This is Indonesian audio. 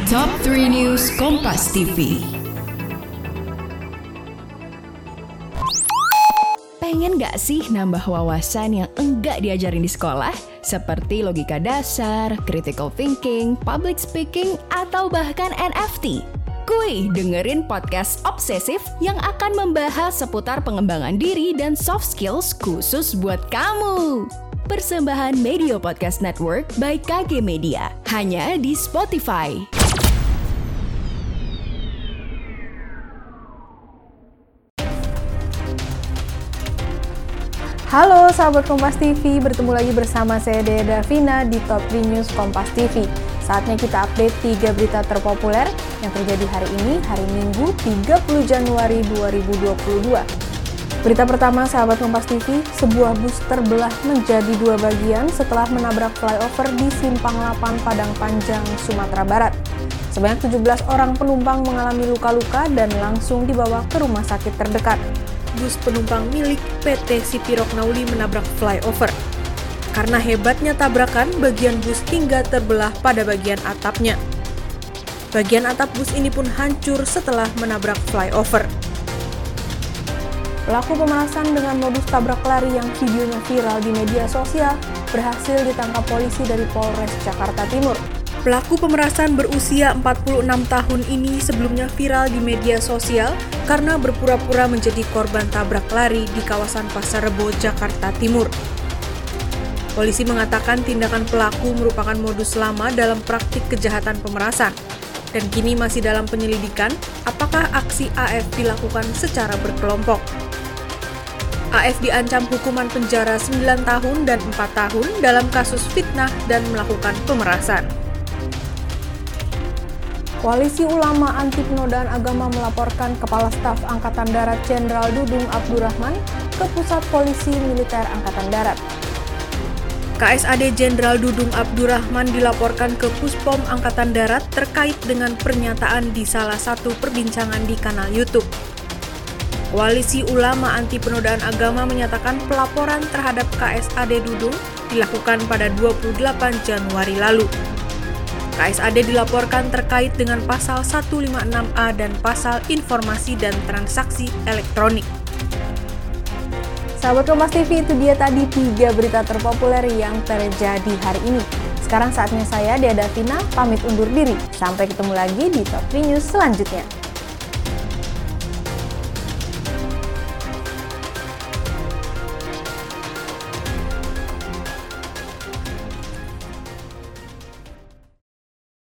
Top 3 News Kompas TV. Pengen gak sih nambah wawasan yang enggak diajarin di sekolah? Seperti logika dasar, critical thinking, public speaking, atau bahkan NFT? Kuy, dengerin podcast Obsesif yang akan membahas seputar pengembangan diri dan soft skills khusus buat kamu. Persembahan Media Podcast Network by KG Media, hanya di Spotify. Halo sahabat Kompas TV, bertemu lagi bersama saya Dea Davina di Top 3 News Kompas TV. Saatnya kita update 3 berita terpopuler yang terjadi hari ini, hari Minggu 30 Januari 2022. Berita pertama sahabat Kompas TV, sebuah bus terbelah menjadi 2 bagian setelah menabrak flyover di Simpang 8 Padang Panjang, Sumatera Barat. Sebanyak 17 orang penumpang mengalami luka-luka dan langsung dibawa ke rumah sakit terdekat. Bus penumpang milik PT Sipirok Nauli menabrak flyover. Karena hebatnya tabrakan, bagian bus hingga terbelah pada bagian atapnya. Bagian atap bus ini pun hancur setelah menabrak flyover. Pelaku pemerasan dengan modus tabrak lari yang videonya viral di media sosial berhasil ditangkap polisi dari Polres Jakarta Timur. Pelaku pemerasan berusia 46 tahun ini sebelumnya viral di media sosial karena berpura-pura menjadi korban tabrak lari di kawasan Pasar Rebo, Jakarta Timur. Polisi mengatakan tindakan pelaku merupakan modus lama dalam praktik kejahatan pemerasan dan kini masih dalam penyelidikan apakah aksi AF dilakukan secara berkelompok. AF diancam hukuman penjara 9 tahun dan 4 tahun dalam kasus fitnah dan melakukan pemerasan. Koalisi Ulama Anti Penodaan Agama melaporkan Kepala Staf Angkatan Darat Jenderal Dudung Abdurrahman ke Pusat Polisi Militer Angkatan Darat. KSAD Jenderal Dudung Abdurrahman dilaporkan ke Puspom Angkatan Darat terkait dengan pernyataan di salah satu perbincangan di kanal YouTube. Koalisi Ulama Anti Penodaan Agama menyatakan pelaporan terhadap KSAD Dudung dilakukan pada 28 Januari lalu. KSAD dilaporkan terkait dengan pasal 156A dan pasal informasi dan transaksi elektronik. Sahabat Kompas TV, itu dia tadi 3 berita terpopuler yang terjadi hari ini. Sekarang saatnya saya, Dea Davina, pamit undur diri. Sampai ketemu lagi di Top 3 News selanjutnya.